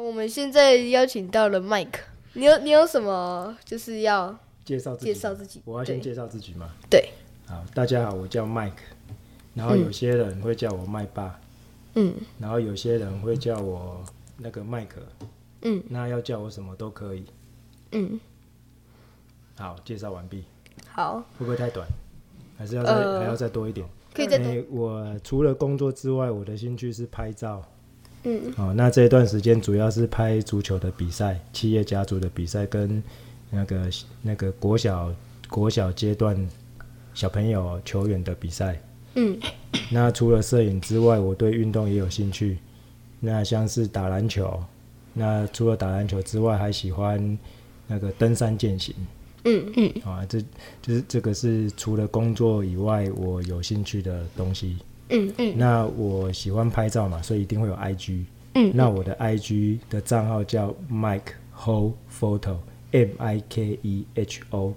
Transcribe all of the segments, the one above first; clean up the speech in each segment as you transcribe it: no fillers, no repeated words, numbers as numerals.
我们现在邀请到了 Mike， 你有什么就是要介绍自己？我要先介绍自己吗？ 对。 好，大家好，我叫 Mike， 然后有些人会叫我麦爸，然后有些人会叫我那个麦克，那要叫我什么都可以，好，介绍完毕。 好， 会不会太短？还是还要再多一点？ 可以再多。 我除了工作之外，我的兴趣是拍照。那这一段时间主要是拍足球的比赛，企业甲组的比赛跟那个国小阶段小朋友球员的比赛。那除了摄影之外，我对运动也有兴趣。那像是打篮球，那除了打篮球之外，还喜欢那个登山健行。这个是除了工作以外我有兴趣的东西。那我喜欢拍照嘛，所以一定会有 IG。那我的 IG 的账号叫 Mike Ho Photo， MIKEHO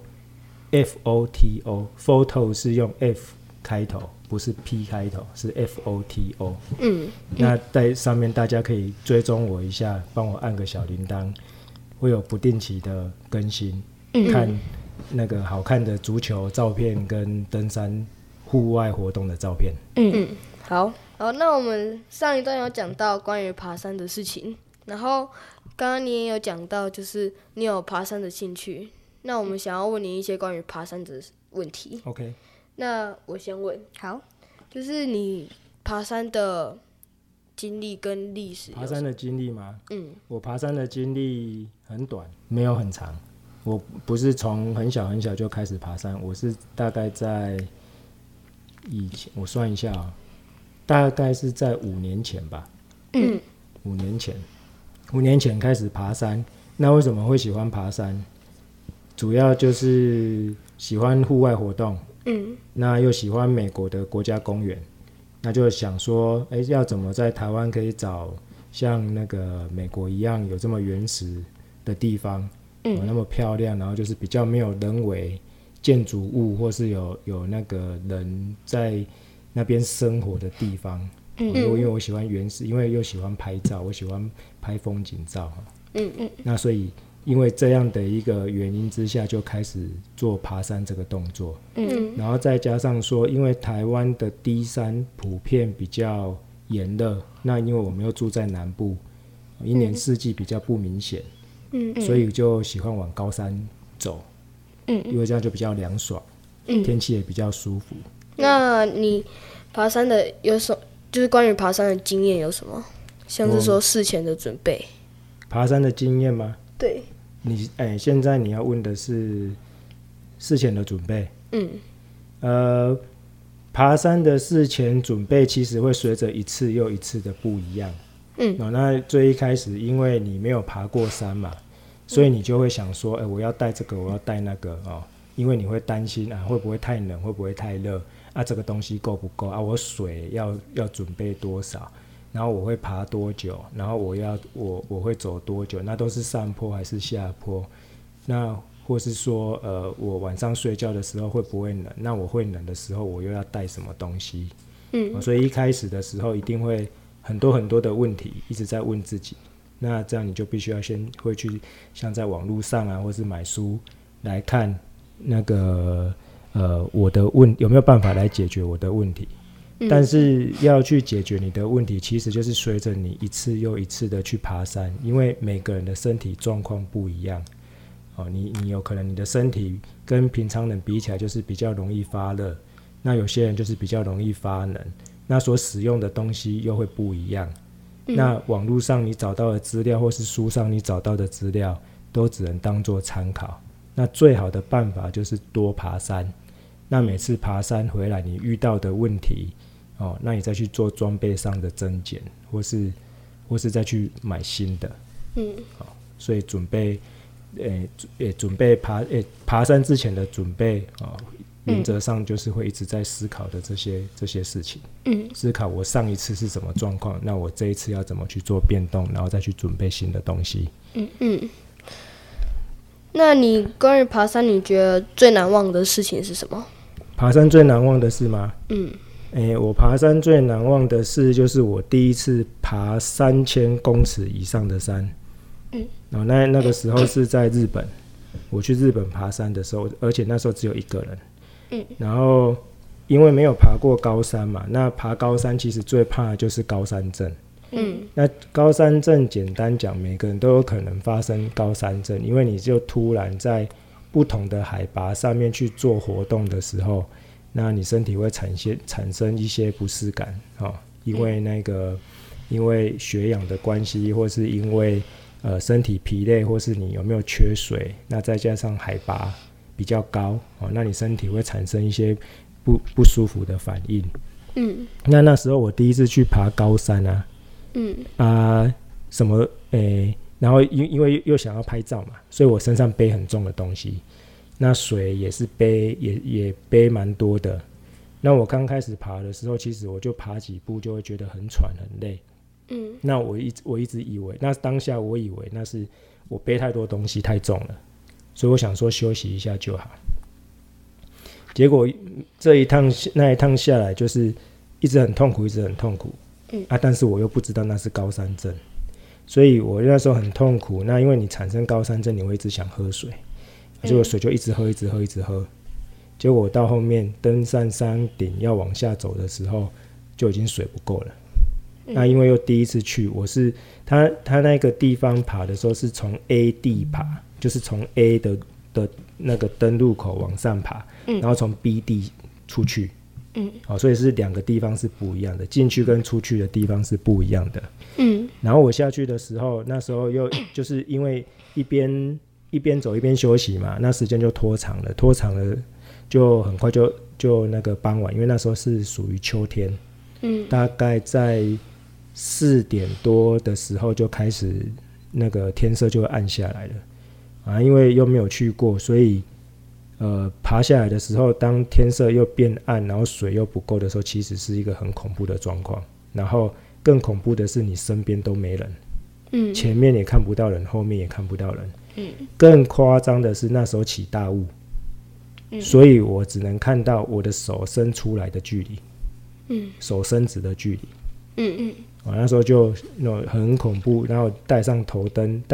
FOTO， Photo 是用 F 开头，不是 P 开头，是 FOTO。那在上面大家可以追踪我一下，帮我按个小铃铛，会有不定期的更新。看那个好看的足球照片跟登山户外活动的照片。 好，那我们上一段有讲到关于爬山的事情，然后刚刚你也有讲到就是你有爬山的兴趣，那我们想要问你一些关于爬山的问题。 OK， 那我先问。 好， 就是你爬山的经历跟历史。 爬山的经历吗？我爬山的经历很短，没有很长。我不是从很小很小就开始爬山，我是大概在以前，我算一下大概是在5年前吧。5年前开始爬山。那为什么会喜欢爬山？主要就是喜欢户外活动，那又喜欢美国的国家公园，那就想说，要怎么在台湾可以找像那个美国一样有这么原始的地方，那么漂亮，然后就是比较没有人为建筑物或是有那个人在那边生活的地方。因为我喜欢原始，因为又喜欢拍照，我喜欢拍风景照。那所以因为这样的一个原因之下，就开始做爬山这个动作。然后再加上说，因为台湾的低山普遍比较炎热，那因为我们又住在南部，一年四季比较不明显。所以就喜欢往高山走。因为这样就比较凉爽，天气也比较舒服。 那你爬山的有什么？就是关于爬山的经验有什么？像是说事前的准备。 爬山的经验吗？ 对。 现在你要问的是事前的准备。爬山的事前准备其实会随着一次又一次的不一样。那最一开始因为你没有爬过山嘛，所以你就会想说，我要带这个，我要带那个因为你会担心会不会太冷，会不会太热这个东西够不够我水要准备多少，然后我会爬多久，然后我会走多久，那都是上坡还是下坡，那或是说我晚上睡觉的时候会不会冷，那我会冷的时候我又要带什么东西。所以一开始的时候一定会很多很多的问题一直在问自己，那这样你就必须要先会去像在网络上或是买书来看那个我的有没有办法来解决我的问题。但是要去解决你的问题，其实就是随着你一次又一次的去爬山，因为每个人的身体状况不一样。你有可能你的身体跟平常人比起来就是比较容易发热，那有些人就是比较容易发冷，那所使用的东西又会不一样。那网络上你找到的资料或是书上你找到的资料都只能当作参考，那最好的办法就是多爬山。那每次爬山回来你遇到的问题那你再去做装备上的增减，或是再去买新的。所以准备爬山之前的准备原则上就是会一直在思考的这些事情。思考我上一次是什么状况，那我这一次要怎么去做变动，然后再去准备新的东西。 那你关于爬山你觉得最难忘的事情是什么？ 爬山最难忘的事吗？ 我爬山最难忘的事就是我第一次爬3000公尺以上的山。然后那个时候是在日本，我去日本爬山的时候，而且那时候只有一个人。然后因为没有爬过高山嘛，那爬高山其实最怕的就是高山症。那高山症简单讲，每个人都有可能发生高山症，因为你就突然在不同的海拔上面去做活动的时候，那你身体会产生一些不适感。因为血氧的关系，或是因为身体疲累，或是你有没有缺水，那再加上海拔比较高，那你身体会产生一些不舒服的反应。那时候我第一次去爬高山啊，然后因为又想要拍照嘛，所以我身上背很重的东西，那水也是也背蛮多的。那我刚开始爬的时候，其实我就爬几步就会觉得很喘很累。那我一直以为，那当下我以为那是我背太多东西太重了，所以我想说休息一下就好。结果那一趟下来，就是一直很痛苦，一直很痛苦。但是我又不知道那是高山症，所以我那时候很痛苦。那因为你产生高山症，你会一直想喝水，结果水就一直喝，一直喝，一直喝。结果我到后面登上山顶要往下走的时候，就已经水不够了。那因为又第一次去，他那个地方爬的时候是从 A 地爬，就是从 A 的那个登入口往上爬，然后从 B 地出去。所以是2个地方是不一样的，进去跟出去的地方是不一样的。然后我下去的时候，那时候又就是因为一边走一边休息嘛，那时间就拖长了，就很快就那个傍晚，因为那时候是属于秋天。大概在4点多的时候就开始那个天色就会暗下来了因为又没有去过，所以爬下来的时候，当天色又变暗，然后水又不够的时候，其实是一个很恐怖的状况。然后更恐怖的是你身边都没人，前面也看不到人，后面也看不到人。更夸张的是那时候起大雾，所以我只能看到我的手伸出来的距离。手伸直的距离。那时候就很恐怖，然后带上头灯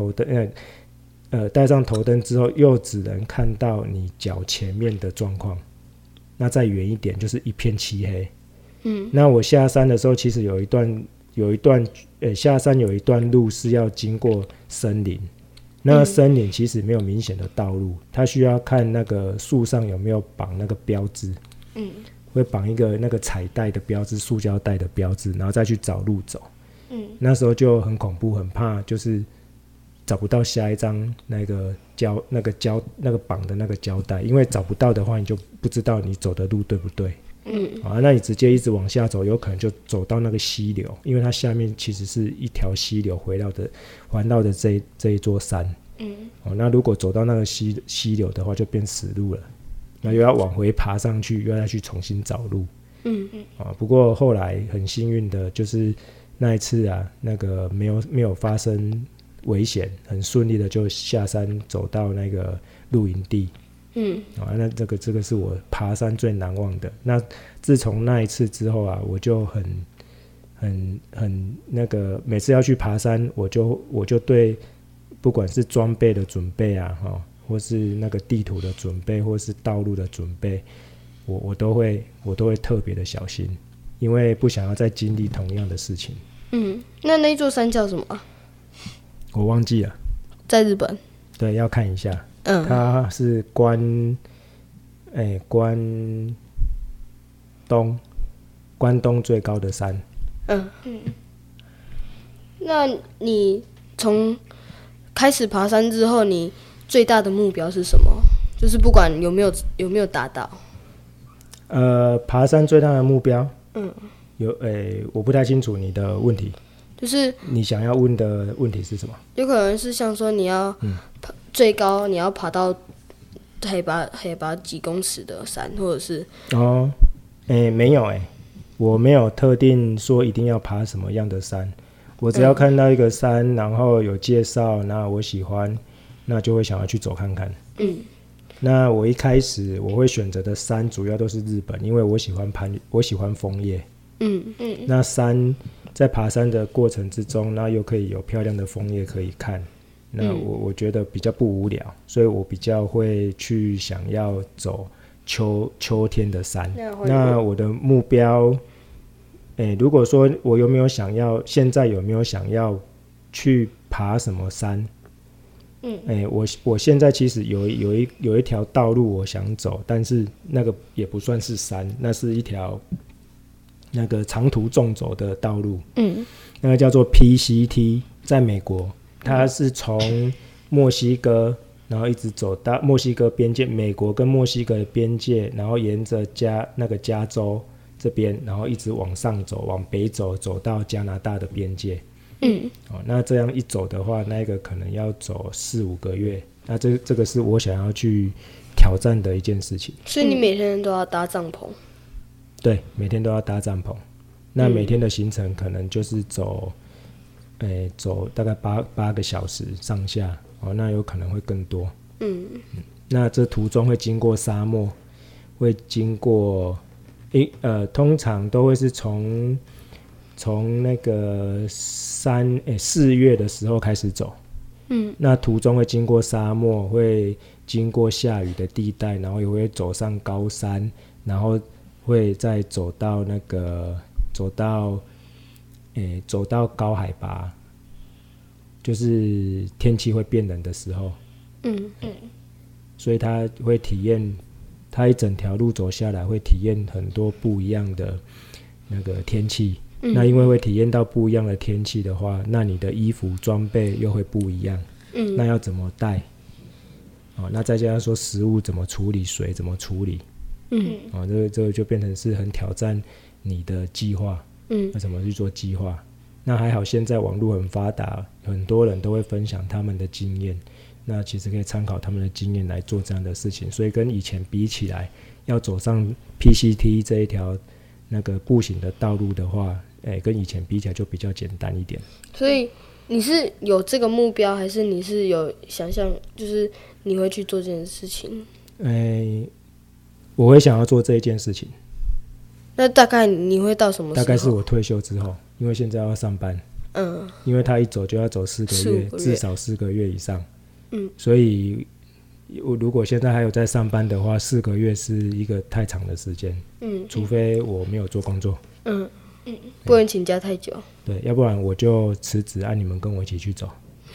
之后，又只能看到你脚前面的状况。那再远一点就是一片漆黑。那我下山的时候，其实有一段下山有一段路是要经过森林。那森林其实没有明显的道路，它需要看那个树上有没有绑那个标志。会绑一个那个彩带的标志，塑胶带的标志，然后再去找路走。那时候就很恐怖，很怕就是找不到下一张那个绑的那个胶带，因为找不到的话，你就不知道你走的路对不对。那你直接一直往下走，有可能就走到那个溪流，因为它下面其实是一条溪流环绕的这一座山。那如果走到那个溪流的话，就变死路了。那又要往回爬上去，又要去重新找路。不过后来很幸运的就是那一次那个没有发生危险，很顺利的就下山走到那个露营地。那这个是我爬山最难忘的。那自从那一次之后我就很那个每次要去爬山，我就对不管是装备的准备或是那个地图的准备，或是道路的准备，我都会特别的小心，因为不想要再经历同样的事情。 那座山叫什么？ 我忘记了。 在日本？ 对，要看一下。它是关东最高的山。 那你从开始爬山之后，你最大的目标是什么？就是不管有没有达到。 爬山最大的目标，我不太清楚你的问题。 就是你想要问的问题是什么？ 有可能是像说你要最高你要爬到海拔几公尺的山，或者是没有我没有特定说一定要爬什么样的山，我只要看到一个山，然后有介绍，然后我喜欢，那就会想要去走看看。 那我一开始我会选择的山主要都是日本，因为我喜欢枫叶。那山在爬山的过程之中，那又可以有漂亮的枫叶可以看，那我觉得比较不无聊，所以我比较会去想要走秋天的山。那我的目标，如果说我现在有没有想要去爬什么山？我现在其实有一条道路我想走，但是那个也不算是山，那是一条那个长途纵走的道路。那个叫做 PCT， 在美国，它是从墨西哥，然后一直走到墨西哥边界，美国跟墨西哥的边界，然后沿着加州这边，然后一直往上走，往北走，走到加拿大的边界。那这样一走的话，那个可能要走4-5个月。那这个是我想要去挑战的一件事情。 所以你每天都要搭帐篷？ 对，每天都要搭帐篷。那每天的行程可能就是走大概8个小时上下。那有可能会更多。那这途中会经过沙漠，会经过通常都会是从那个4月的时候开始走。那途中会经过沙漠，会经过下雨的地带，然后也会走上高山，然后会再走到高海拔，就是天气会变冷的时候。所以他会体验，他一整条路走下来会体验很多不一样的那个天气。那因为会体验到不一样的天气的话，那你的衣服装备又会不一样。那要怎么带？那再加上说食物怎么处理，水怎么处理。这个就变成是很挑战你的计划。要怎么去做计划？那还好现在网络很发达，很多人都会分享他们的经验，那其实可以参考他们的经验来做这样的事情。所以跟以前比起来，要走上 PCT 这一条那个步行的道路的话，跟以前比起来就比较简单一点。 所以你是有这个目标，还是你是有想象，就是你会去做这件事情？ 我会想要做这一件事情。 那大概你会到什么时候？ 大概是我退休之后，因为现在要上班。因为他一走就要走4个月，至少4个月以上。所以如果现在还有在上班的话，4个月是一个太长的时间。除非我没有做工作。 不能请假太久。 对，要不然我就辞职，你们跟我一起去走。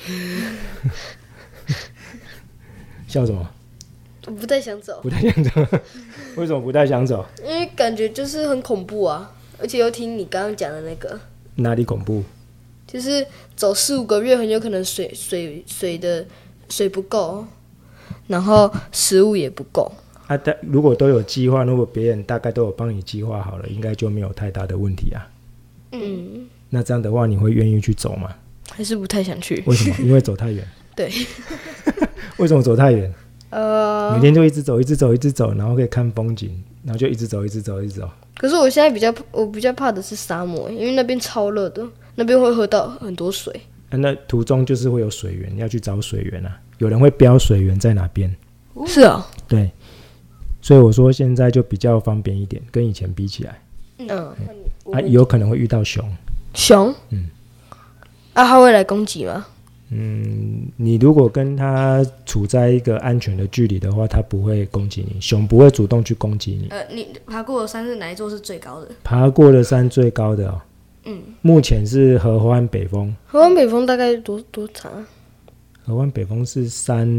笑什么？ 我不太想走。 不太想走？为什么不太想走？ 因为感觉就是很恐怖啊，而且又听你刚刚讲的那个。 哪里恐怖？ 就是走4-5个月，很有可能水不够，然后食物也不够。 如果都有计划，如果别人大概都有帮你计划好了，应该就没有太大的问题啊。那这样的话，你会愿意去走吗？ 还是不太想去？ 为什么？因为走太远。 对。 为什么走太远？每天就一直走，一直走，一直走，然后可以看风景，然后就一直走，一直走，一直走。 可是我现在比较怕的是沙漠，因为那边超热的，那边会喝到很多水。 那途中就是会有水源，要去找水源啊。有人会标水源在哪边。 是啊。对。 所以我说现在就比较方便一点，跟以前比起来。有可能会遇到熊。 熊？它会来攻击吗？ 你如果跟它处在一个安全的距离的话，它不会攻击你，熊不会主动去攻击你。 你爬过的山是哪一座是最高的？ 爬过的山最高的哦。目前是合欢北峰。 合欢北峰大概多长啊？ 合欢北峰是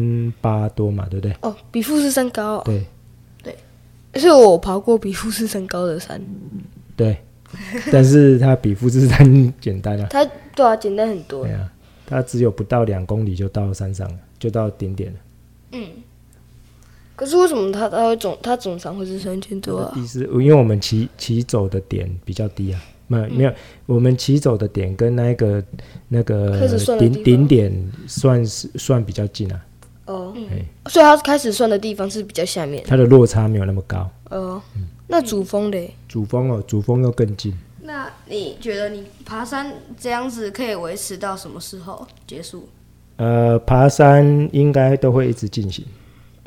380多嘛，对不对？ 比富士山高。 对。 是我爬过比富士山高的山。 对。但是它比富士山简单啊。 对啊，简单很多。 对啊。它只有不到2公里就到山上了，就到顶点了。 可是为什么它总长会是3000多啊？ 因为我们骑走的点比较低啊。没有，我们骑走的点跟那个顶点算比较近啊。 所以它开始算的地方是比较下面。 它的落差没有那么高。 那主峰嘞？ 主峰又更近。 那你觉得你爬山这样子可以维持到什么时候结束？ 爬山应该都会一直进行。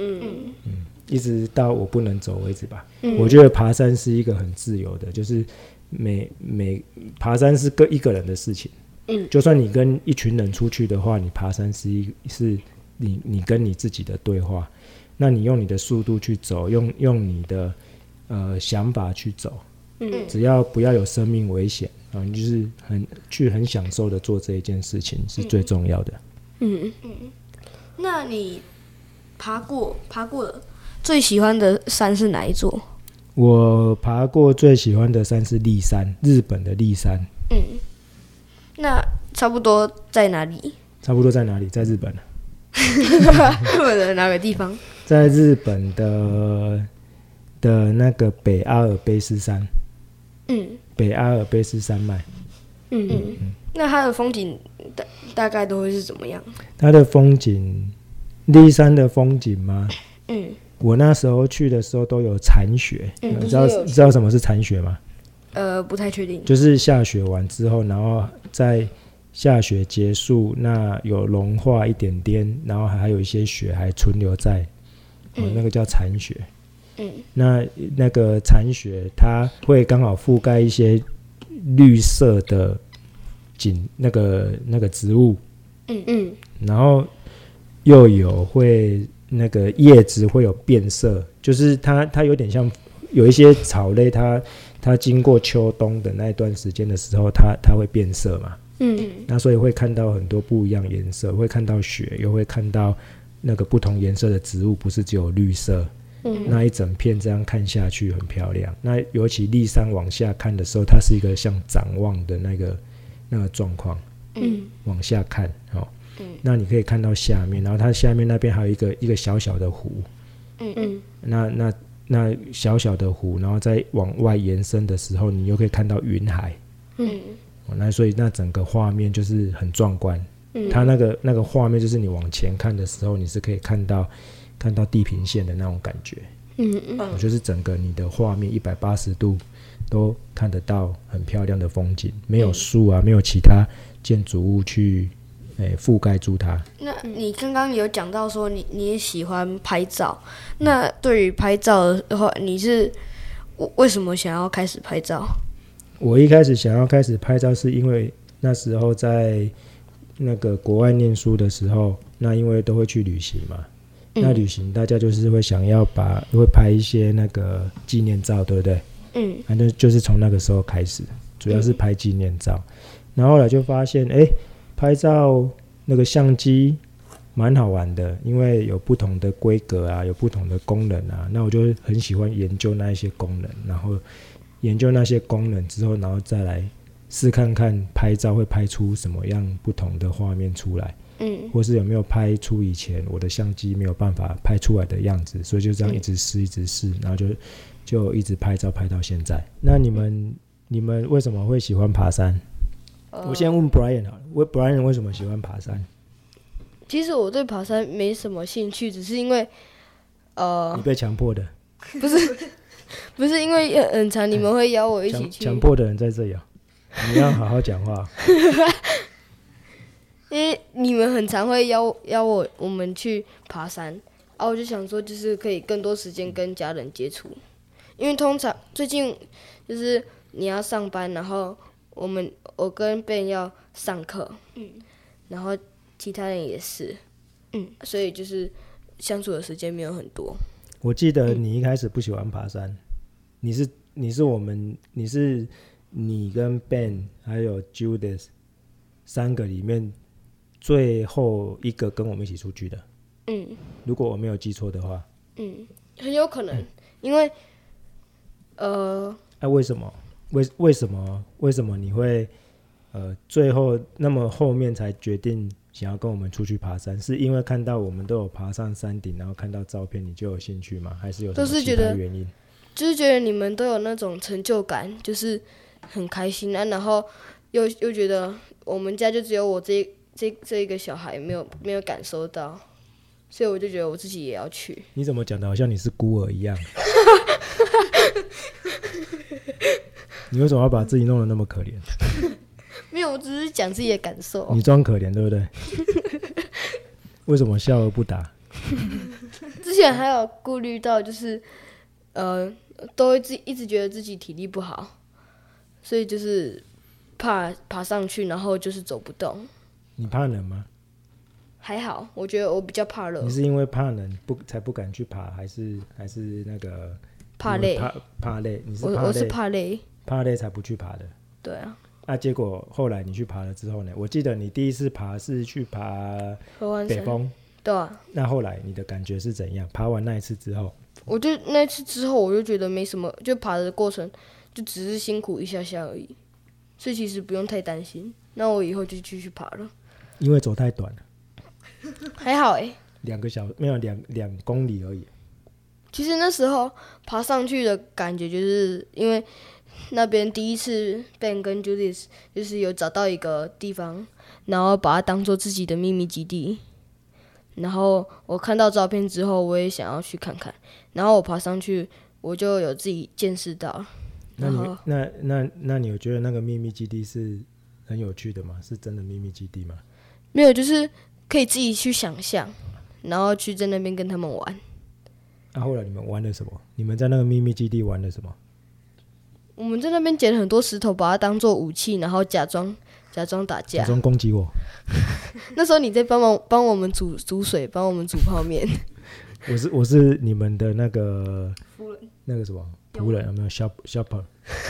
一直到我不能走为止吧。我觉得爬山是一个很自由的，就是爬山是一个人的事情。就算你跟一群人出去的话，你爬山是你跟你自己的对话。那你用你的速度去走，用你的想法去走，只要不要有生命危险啊，你就是很享受的做这一件事情是最重要的。 那你爬过了，最喜欢的山是哪一座？ 我爬过最喜欢的山是立山，日本的立山。 那差不多在哪里？ 差不多在哪里？在日本。 日本的哪个地方？ 在日本的那个北阿尔卑斯山。北阿尔卑斯山脉。 那它的风景大概都会是怎么样？ 它的风景，立山的风景吗？我那时候去的时候都有残雪。你知道什么是残雪吗？ 不太确定。 就是下雪完之后，然后在下雪结束，那有融化一点点，然后还有一些雪还存留在，那个叫残雪。那个残雪它会刚好覆盖一些绿色的那个植物，然后又有会那个叶子会有变色，就是它有点像有一些草类，它经过秋冬的那一段时间的时候，它会变色嘛。那所以会看到很多不一样颜色，会看到雪，又会看到那个不同颜色的植物，不是只有绿色。那一整片这样看下去很漂亮。那尤其立山往下看的时候，它是一个像展望的那个状况。往下看，那你可以看到下面，然后它下面那边还有一个小小的湖。那小小的湖，然后再往外延伸的时候，你又可以看到云海。那所以那整个画面就是很壮观。它那个画面就是你往前看的时候，你是可以看到地平线的那种感觉。就是整个你的画面180度都看得到很漂亮的风景，没有树啊，没有其他建筑物去覆盖住它。 那你刚刚有讲到说你也喜欢拍照，那对于拍照的话，你是为什么想要开始拍照？ 我一开始想要开始拍照是因为那时候在那个国外念书的时候，那因为都会去旅行嘛。那旅行大家就是会想要会拍一些那个纪念照，对不对？反正就是从那个时候开始，主要是拍纪念照。然后后来就发现拍照那个相机蛮好玩的，因为有不同的规格啊，有不同的功能啊。那我就很喜欢研究那一些功能，然后研究那些功能之后，然后再来试看看拍照会拍出什么样不同的画面出来。或是有没有拍出以前我的相机没有办法拍出来的样子，所以就这样一直试，然后就一直拍照拍到现在。那你们为什么会喜欢爬山？我先问 Brian 好了，Brian 为什么喜欢爬山？ 其实我对爬山没什么兴趣，只是因为你被强迫的。 不是因为很常你们会邀我一起去。 强迫的人在这里你要好好讲话。 因为你们很常会邀我们去爬山，我就想说就是可以更多时间跟家人接触，因为通常最近就是你要上班，然后我跟 Ben 要上课，然后其他人也是，所以就是相处的时间没有很多。 我记得你一开始不喜欢爬山，你是你跟 Ben 还有 Judas 3个里面最后一个跟我们一起出去的。如果我没有记错的话。 很有可能，因为为什么为什么你会最后那么后面才决定想要跟我们出去爬山？是因为看到我们都有爬上山顶，然后看到照片你就有兴趣吗？还是有什么其他原因？ 就是觉得你们都有那种成就感，就是很开心啊，然后又觉得我们家就只有我这一个小孩没有感受到，所以我就觉得我自己也要去。 你怎么讲的好像你是孤儿一样？你为什么要把自己弄得那么可怜？ 没有，我只是讲自己的感受。 你装可怜对不对？为什么笑而不答？ 之前前还有顾虑到，就是都会一直觉得自己体力不好，所以就是怕爬上去，然后就是走不动。 你怕冷吗？ 还好，我觉得我比较怕热。 你是因为怕冷才不敢去爬，还是那个怕累？ 怕累？你是怕累？我是怕累， 怕累才不去爬的。 对啊。 结果后来你去爬了之后呢？我记得你第一次爬是去爬北峰， 对啊。 那后来你的感觉是怎样？爬完那一次之后， 我就那次之后，我就觉得没什么，就爬的过程就只是辛苦一下下而已，所以其实不用太担心。那我以后就继续爬了。 因为走太短了。 还好 2个小时没有2公里而已。 其实那时候爬上去的感觉，就是因为那边第一次 Ben 跟 Judith 就是有找到一个地方，然后把它当做自己的秘密基地。然后我看到照片之后，我也想要去看看。然后我爬上去，我就有自己见识到。 那你有觉得那个秘密基地是很有趣的吗？是真的秘密基地吗？ 没有，就是可以自己去想象，然后去在那边跟他们玩。 后来你们玩了什么？你们在那个秘密基地玩了什么？ 我们在那边捡了很多石头，把它当做武器，然后假装打架， 假装攻击我。 那时候你在帮我们煮水，帮我们煮泡面。 我是你们的那个夫人， 那个什么仆人有没有 shopper？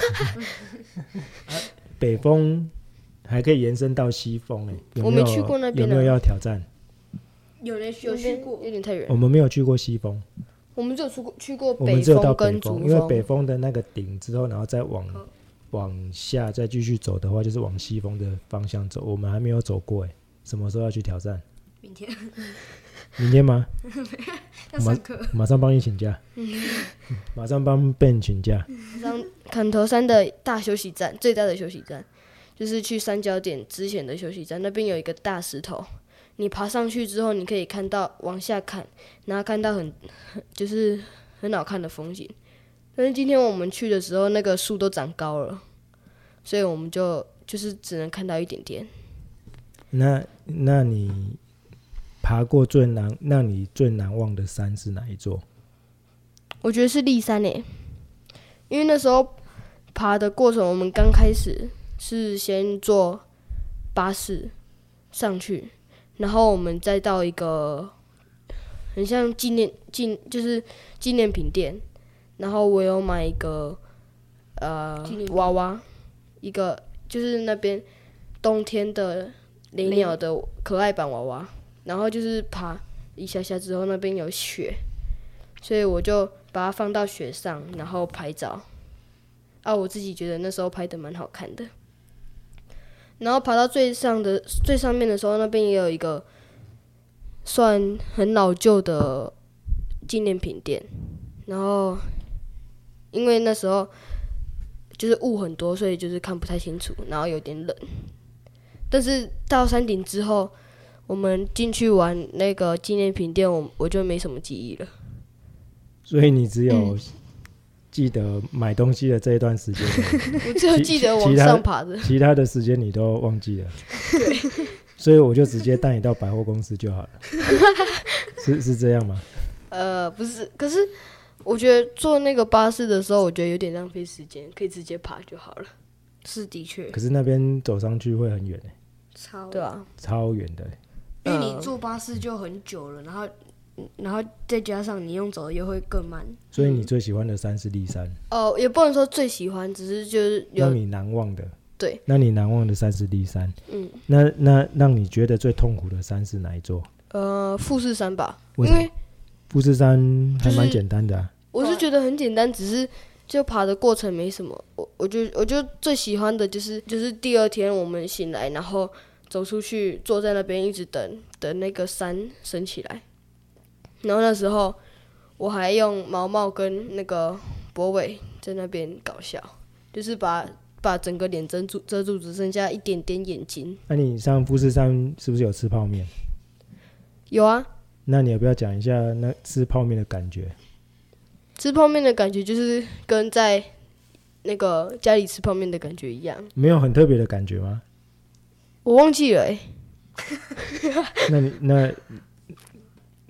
北峰还可以延伸到西峰我没去过那边， 有没有要挑战？ 有去过， 有点太远。 我们没有去过西峰， 我们只有去过我们只有到跟北峰，因为北峰的那个顶之后，然后再往下再继续走的话，就是往西峰的方向走。我们还没有走过什么时候要去挑战？ 明天。 明天吗？ 要上课， 马上帮你请假。马上帮 Ben 请假。 砍头山的大休息站，最大的休息站，就是去三角点之前的休息站，那边有一个大石头。你爬上去之后，你可以看到往下看，然后看到就是很好看的风景。但是今天我们去的时候，那个树都长高了，所以我们就是只能看到一点点。 那你爬过让你最难忘的山是哪一座？ 我觉得是立山因为那时候爬的过程，我们刚开始是先坐巴士上去。然后我们再到一个很像就是纪念品店，然后我有买一个娃娃，一个就是那边冬天的雷鸟的可爱版娃娃，然后就是爬一下下之后那边有雪，所以我就把它放到雪上，然后拍照。我自己觉得那时候拍的蛮好看的。然后爬到最上面的时候，那边也有一个算很老旧的纪念品店。然后因为那时候就是雾很多，所以就是看不太清楚，然后有点冷。但是到山顶之后，我们进去玩那个纪念品店，我就没什么记忆了。 所以你只有记得买东西的这一段时间， 我只有记得往上爬的， 其他的时间你都忘记了。对，所以我就直接带你到百货公司就好了。是这样吗？ 不是，可是我觉得坐那个巴士的时候，我觉得有点浪费时间，可以直接爬就好了。是的确。 可是那边走上去会很远对啊， 超远的。 因为你坐巴士就很久了，然后再加上你用走的又会更慢， 所以你最喜欢的山是立山？ 也不能说最喜欢，只是就是让你难忘的。 对， 那你难忘的山是立山。那让你觉得最痛苦的山是哪一座？ 富士山吧， 因为富士山还蛮简单的啊。 我是觉得很简单，只是就爬的过程没什么。我就最喜欢的就是第二天我们醒来，然后走出去，坐在那边一直等那个山升起来。然后那时候我还用毛毛跟那个博伟在那边搞笑，就是把整个脸遮住，只剩下一点点眼睛。 那你上富士山是不是有吃泡面？ 有啊。 那你要不要讲一下那吃泡面的感觉？ 吃泡面的感觉就是跟在那个家里吃泡面的感觉一样。 没有很特别的感觉吗？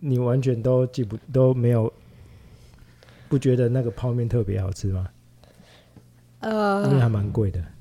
你完全都没有不觉得那个泡面特别好吃吗？因为还蛮贵的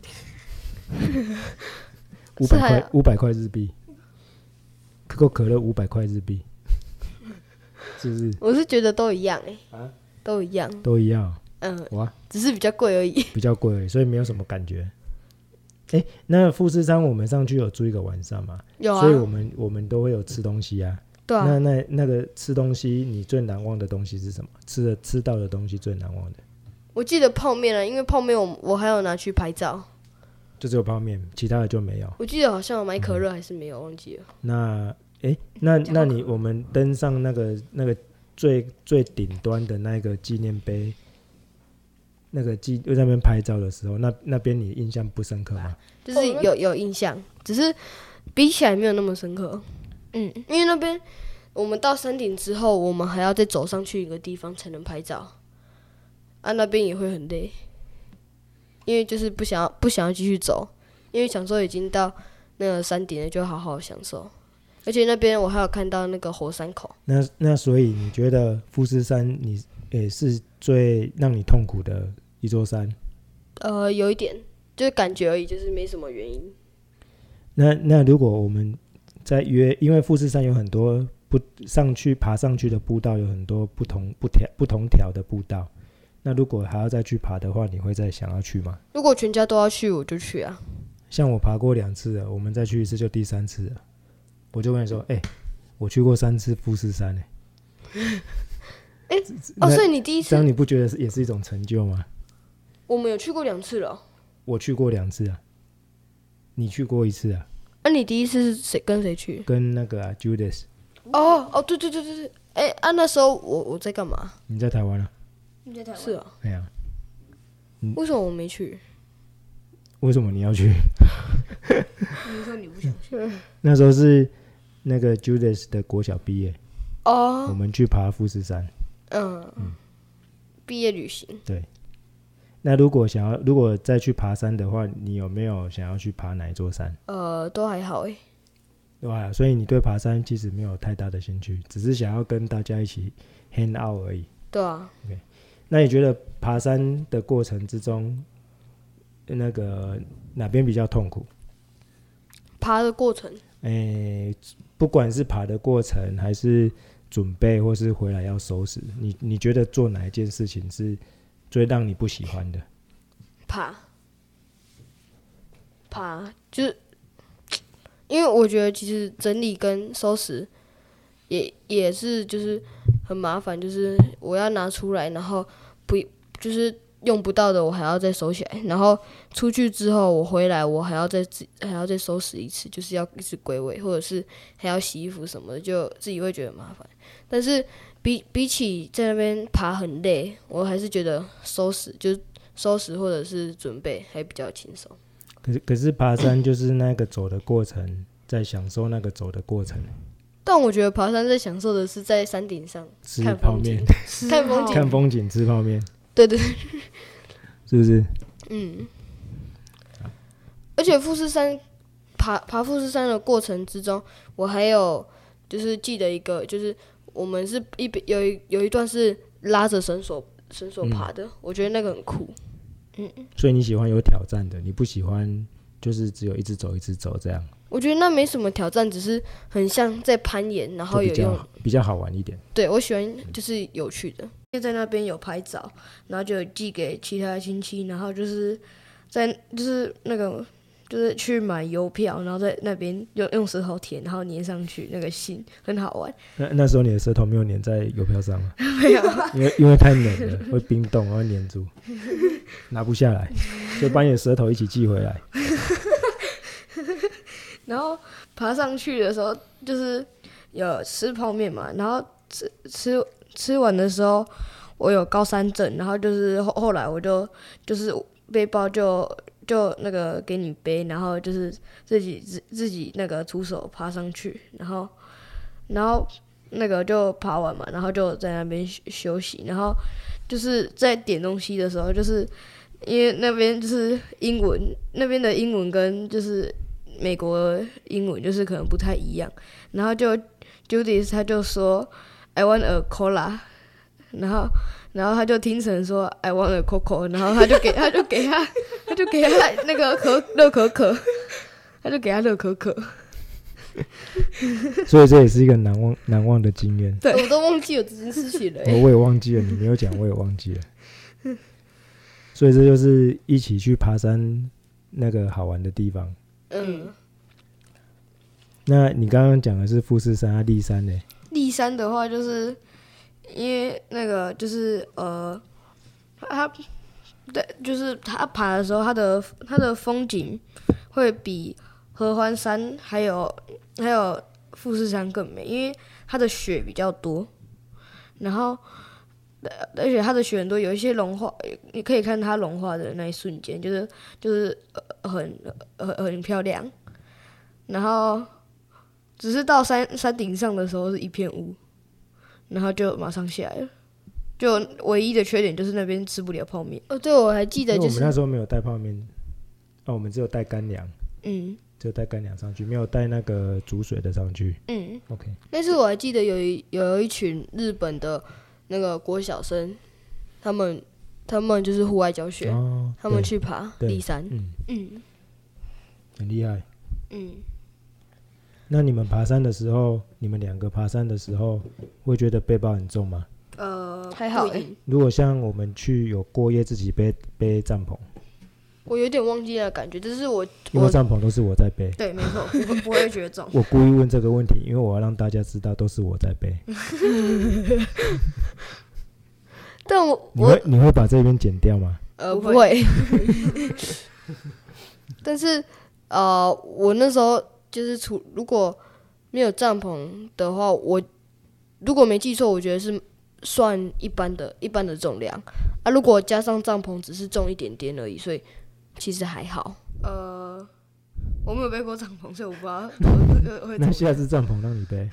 ，500块日币，可口可乐500块日币，是不是？ 我是觉得都一样都一样， 都一样。哇， 只是比较贵而已。 比较贵而已，所以没有什么感觉。那富士山我们上去有住一个晚上嘛？ 有啊， 所以我们都会有吃东西啊。 对啊。 那个吃东西，你最难忘的东西是什么？吃到的东西最难忘的？ 我记得泡面啊，因为泡面我还有拿去拍照。 就只有泡面，其他的就没有。 我记得好像有买可乐还是没有，忘记了。 那我们登上那个最顶端的那个纪念碑，又在那边拍照的时候，那边你印象不深刻吗？ 就是有印象，只是比起来没有那么深刻。因为那边我们到山顶之后，我们还要再走上去一个地方才能拍照，那边也会很累，因为就是不想要继续走，因为想说已经到那个山顶了，就好好享受。而且那边我还有看到那个火山口。 那所以你觉得富士山也是最让你痛苦的一座山？ 有一点，就是感觉而已，就是没什么原因。 那如果我们再约，因为富士山有很多爬上去的步道，有很多不同条的步道。那如果还要再去爬的话，你会再想要去吗？ 如果全家都要去，我就去啊。 像我爬过2次了，我们再去一次就第3次了。我就跟你说，我去过3次富士山所以你第一次， 这样你不觉得也是一种成就吗？ 我们有去过2次了。 我去过2次啊，你去过1次啊？ 你第一次是跟谁去？ 跟那个Judas。 对。那时候我在干嘛？ 你在台湾啊？ 你在台湾？ 是啊。 对啊。 为什么我没去？ 为什么你要去？ 你说你不想去？ 那时候是那个 Judas 的国小毕业。我们去爬富士山。 毕业旅行。 对。那如果再去爬山的话，你有没有想要去爬哪一座山？ 都还好都还好，所以你对爬山其实没有太大的兴趣，只是想要跟大家一起 hang out 而已。 对啊。 Okay. 那你觉得爬山的过程之中，那个哪边比较痛苦？ 爬的过程。 不管是爬的过程，还是准备，或是回来要收拾，你觉得做哪一件事情是最让你不喜欢的？ 爬就是因为我觉得其实整理跟收拾也是就是很麻烦，就是我要拿出来，然后就是用不到的我还要再收起来，然后出去之后我回来我还要再收拾一次，就是要一直归位，或者是还要洗衣服什么的，就自己会觉得麻烦。但是比起在那边爬很累，我还是觉得收拾或者是准备还比较轻松。 可是爬山就是那个走的过程，在享受那个走的过程。 但我觉得爬山在享受的是在山顶上吃泡面、看风景、吃泡面。 对， 是不是？ 而且富士山爬富士山的过程之中，我还有就是记得一个，就是我们是有一段是拉着绳索爬的，我觉得那个很酷。 所以你喜欢有挑战的，你不喜欢就是只有一直走这样。 我觉得那没什么挑战，只是很像在攀岩，然后比较好玩一点。 对，我喜欢就是有趣的。 因为在那边有拍照，然后就寄给其他的亲戚，然后就是那个就是去买邮票，然后在那边用舌头填，然后粘上去那个信，很好玩。 那时候你的舌头没有粘在邮票上吗？ 没有， 因为太冷了，会冰冻，会粘住，拿不下来，就把你的舌头一起寄回来。 然后爬上去的时候，就是有吃泡面嘛，然后吃完的时候，我有高山症，然后就是后来我就是背包就那个给你背，然后就是自己那个徒手爬上去，然后那个就爬完嘛，然后就在那边休息，然后就是在点东西的时候，就是因为那边就是英文，那边的英文跟就是美国英文就是可能不太一样，然后就 Judith 他就说 I want a cola， 然后他就听成说 I want a Coco， 然后他就给他那个热可可，他就给他热可可。 所以这也是一个难忘的经验。 对，我都忘记有这件事情了。 我也忘记了，你没有讲，我也忘记了。所以这就是一起去爬山那个好玩的地方。那你刚刚讲的是富士山啊，立山呢？ 立山的话，就是因为那个就是就是他爬的时候，他的风景会比合欢山还有富士山更美，因为它的雪比较多，然后而且它的雪很多，有一些融化，你可以看它融化的那一瞬间，就是很漂亮。然后只是到山顶上的时候是一片雾，然后就马上下来了。就唯一的缺点就是那边吃不了泡面。 对，我还记得就是我们那时候没有带泡面，我们只有带干粮。只有带干粮上去，没有带那个煮水的上去。OK。 那次我还记得有一群日本的那个国小生，他们就是户外教学，他们去爬立山。 很厉害。那你们爬山的时候，你们两个爬山的时候，会觉得背包很重吗？ 还好如果像我们去有过夜，自己背帐篷。 我有点忘记了感觉，就是因为帐篷都是我在背。 对，没错，不会觉得重。 我故意问这个问题，因为我要让大家知道都是我在背。 但你会把这边剪掉吗？ 不会。但是我那时候就是如果没有帐篷的话，我如果没记错，我觉得是算一般的重量啊。如果加上帐篷，只是重一点点而已，所以其实还好。 我没有背过帐篷，所以我不知道会。 那下次帐篷让你背。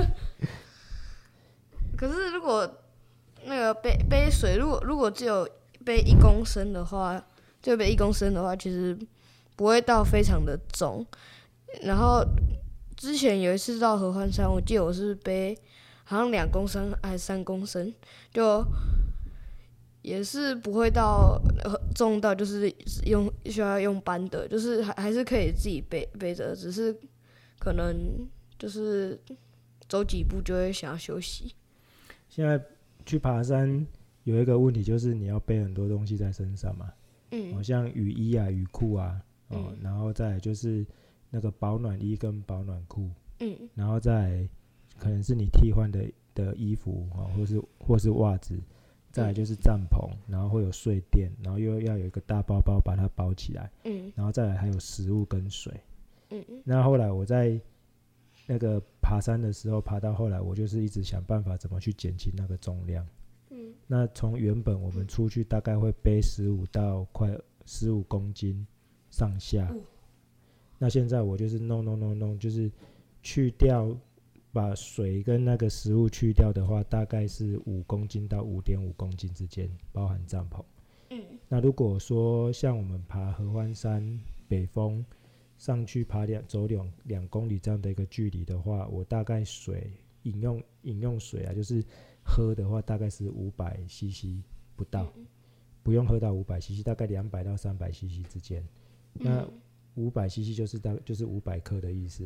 可是如果那个背水，如果只有背1公升的话，其实不会到非常的重。然后之前有一次到合欢山，我记得我是背好像2公升还是3公升，就也是不会到重到就是需要用搬的，就是还是可以自己背着，只是可能就是走几步就会想要休息。 现在去爬山有一个问题，就是你要背很多东西在身上嘛，像雨衣啊、雨裤啊，然后再来就是那个保暖衣跟保暖裤，然后再来可能是你替换的衣服，或是袜子。再来就是帐篷，然后会有睡垫，然后又要有一个大包包把它包起来，然后再来还有食物跟水。那后来我在那个爬山的时候，爬到后来我就是一直想办法怎么去减轻那个重量。那从原本我们出去大概会背15到快15公斤上下，那现在我就是弄，就是去掉。把水跟那个食物去掉的话，大概是5公斤到5.5公斤之间，包含帐篷。那如果说像我们爬合欢山北峰上去走2公里这样的一个距离的话，我大概饮用水啊，就是喝的话大概是500 cc 不到，不用喝到500 cc， 大概200到300 cc 之间。那500 cc 就是500克的意思。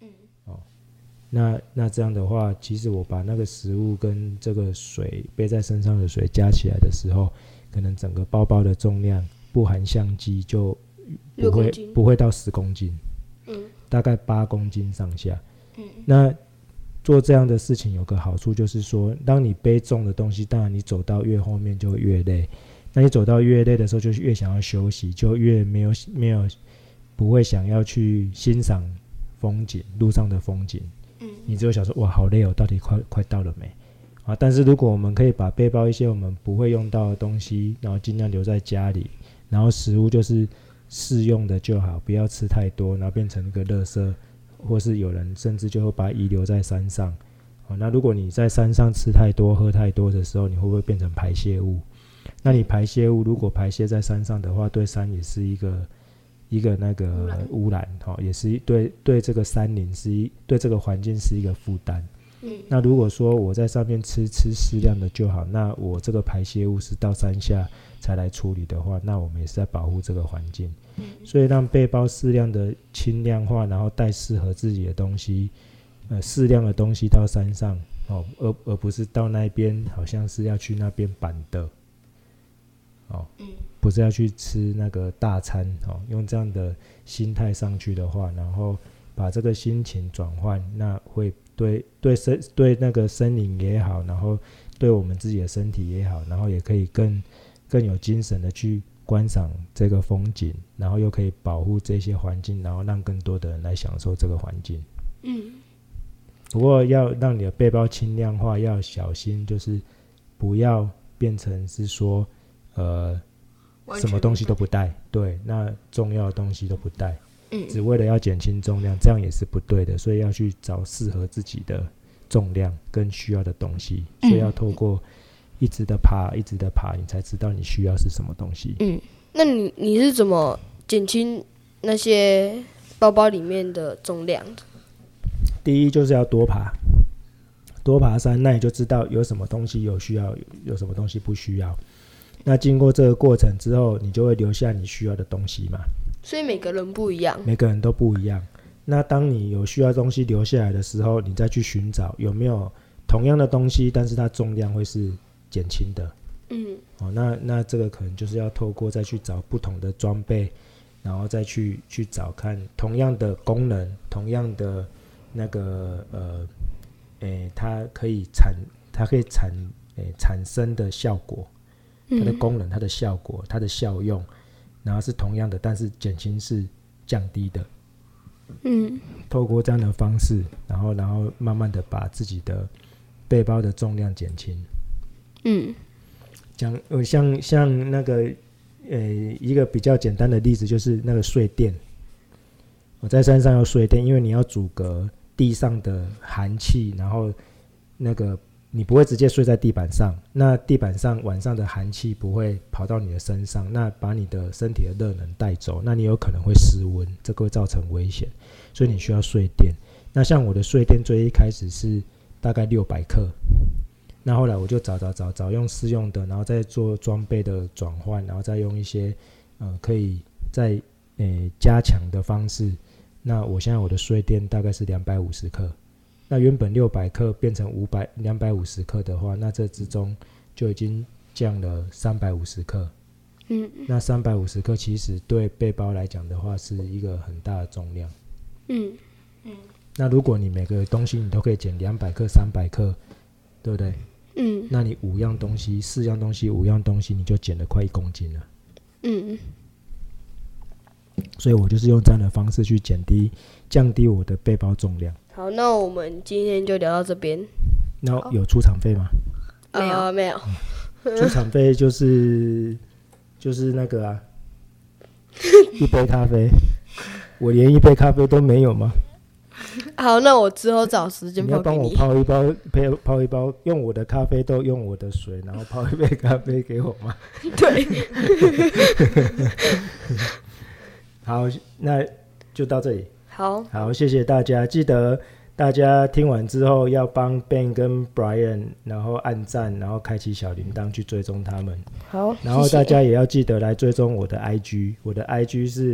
那这样的话，其实我把那个食物跟这个水背在身上的水加起来的时候，可能整个包包的重量不含相机就不会到10公斤，大概8公斤上下。那做这样的事情有个好处，就是说当你背重的东西，当然你走到越后面就会越累，那你走到越累的时候就越想要休息，就越没有不会想要去欣赏风景，路上的风景。你只有想说哇好累哦，到底快到了没啊？但是如果我们可以把背包一些我们不会用到的东西，然后尽量留在家里，然后食物就是适用的就好，不要吃太多，然后变成一个垃圾，或是有人甚至就会把它遗留在山上。那如果你在山上吃太多喝太多的时候，你会不会变成排泄物？那你排泄物如果排泄在山上的话，对山也是一个那个污染，也是对这个山林对这个环境是一个负担。 那如果说我在上面吃适量的就好，那我这个排泄物是到山下才来处理的话，那我们也是在保护这个环境。所以让背包适量的轻量化，然后带适合自己的东西，适量的东西到山上，而不是到那边好像是要去那边板的，不是要去吃那个大餐，用这样的心态上去的话，然后把这个心情转换，那会对那个森林也好，然后对我们自己的身体也好，然后也可以更有精神的去观赏这个风景，然后又可以保护这些环境，然后让更多的人来享受这个环境。不过要让你的背包轻量化，要小心，就是不要变成是说什么东西都不带，对，那重要的东西都不带，只为了要减轻重量，这样也是不对的。所以要去找适合自己的重量跟需要的东西，所以要透过一直的爬，你才知道你需要是什么东西。 那你是怎么减轻那些包包里面的重量的？ 第一就是要多爬山，那你就知道有什么东西有需要，有什么东西不需要。那经过这个过程之后，你就会留下你需要的东西嘛。 所以每个人不一样， 每个人都不一样。那当你有需要的东西留下来的时候，你再去寻找有没有同样的东西，但是它重量会是减轻的。那这个可能就是要透过再去找不同的装备，然后再去找看同样的功能，同样的那个它可以产生的效果，它的功能、它的效果、它的效用，然后是同样的，但是减轻是降低的。透过这样的方式，然后慢慢的把自己的背包的重量减轻。像那个一个比较简单的例子就是那个睡垫。我在山上要睡垫，因为你要阻隔地上的寒气，然后那个你不会直接睡在地板上，那地板上晚上的寒气不会跑到你的身上，那把你的身体的热能带走，那你有可能会失温，这个会造成危险，所以你需要睡垫。那像我的睡垫最一开始是大概600克，那后来我就找用适用的，然后再做装备的转换，然后再用一些可以再加强的方式。那我现在我的睡垫大概是250克，那原本600克变成250克的话，那这之中就已经降了350克。那350克其实对背包来讲的话是一个很大的重量。那如果你每个东西你都可以减200克、300克，对不对？那你4样东西、5样东西，你就减了快1公斤了。所以我就是用这样的方式去降低我的背包重量。 好，那我们今天就聊到这边。 那有出场费吗？ 没有。 出场费就是那个啊，一杯咖啡。我连一杯咖啡都没有吗？ 好，那我之后找时间你要帮我泡一包，用我的咖啡豆，用我的水，然后泡一杯咖啡给我吗？ 对。 好，那就到这里。 好， 谢谢大家。记得大家听完之后要帮 Ben 跟 Brian 然后按赞，然后开启小铃铛去追踪他们。 好， 然后大家也要记得来追踪我的 IG， 我的 IG 是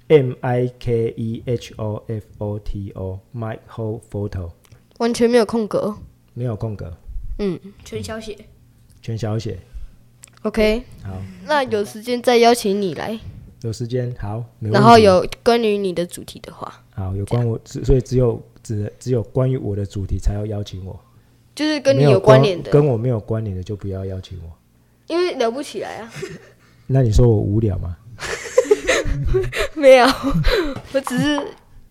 MIKEHOFOTO Mike Photo， 完全没有空格。 没有空格。 全小写。 全小写。 OK。 好， 那有时间再邀请你来。 有时间好，没问题。 然后有关于你的主题的话， 好，有关我，所以只有关于我的主题才要邀请我， 就是跟你有关联的， 跟我没有关联的就不要邀请我， 因为聊不起来啊。 那你说我无聊吗？ 没有，我只是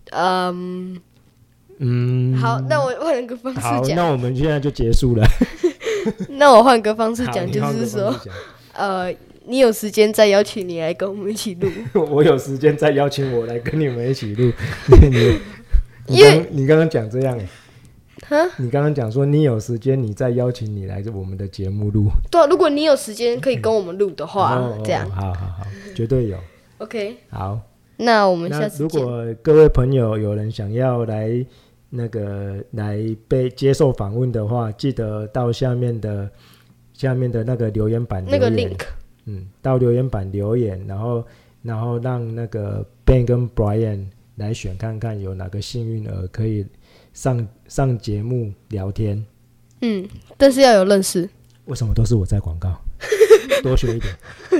好，那我换个方式讲。 好，那我们现在就结束了。 那我换个方式讲，就是说，你有时间再邀请你来跟我们一起录。 我有时间再邀请我来跟你们一起录。你刚刚讲这样你刚刚讲说你有时间，你再邀请你来我们的节目录。 对啊，如果你有时间可以跟我们录的话，这样。 好，绝对有。 OK。 好， 那我们下次见。 如果各位朋友有人想要来那个来被接受访问的话，记得到下面的那个留言板留言， 那个 link， 到留言板留言，然后让那个 Ben 跟 Brian 来选看看有哪个幸运儿可以上节目聊天。 但是要有认识。 为什么都是我在广告？多学一点。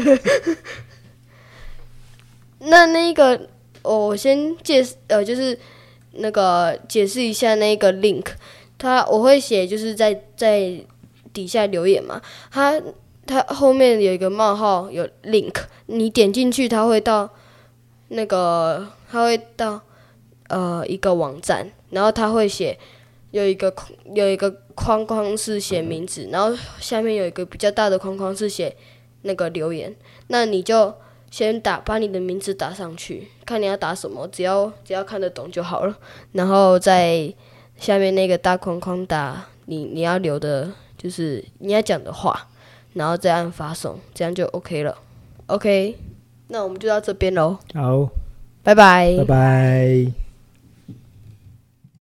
那个，我先就是那个解释一下那个 link， 我会写就是在底下留言嘛，它后面有一个冒号有 link， 你点进去它会到一个网站，然后它会写有一个框框是写名字，然后下面有一个比较大的框框是写那个留言，那你就先把你的名字打上去，看你要打什么，只要看得懂就好了，然后在下面那个大框框打你要留的，就是你要讲的话，然后再按发送，这样就 OK 了。OK， 那我们就到这边咯。 好， 拜拜。 拜拜。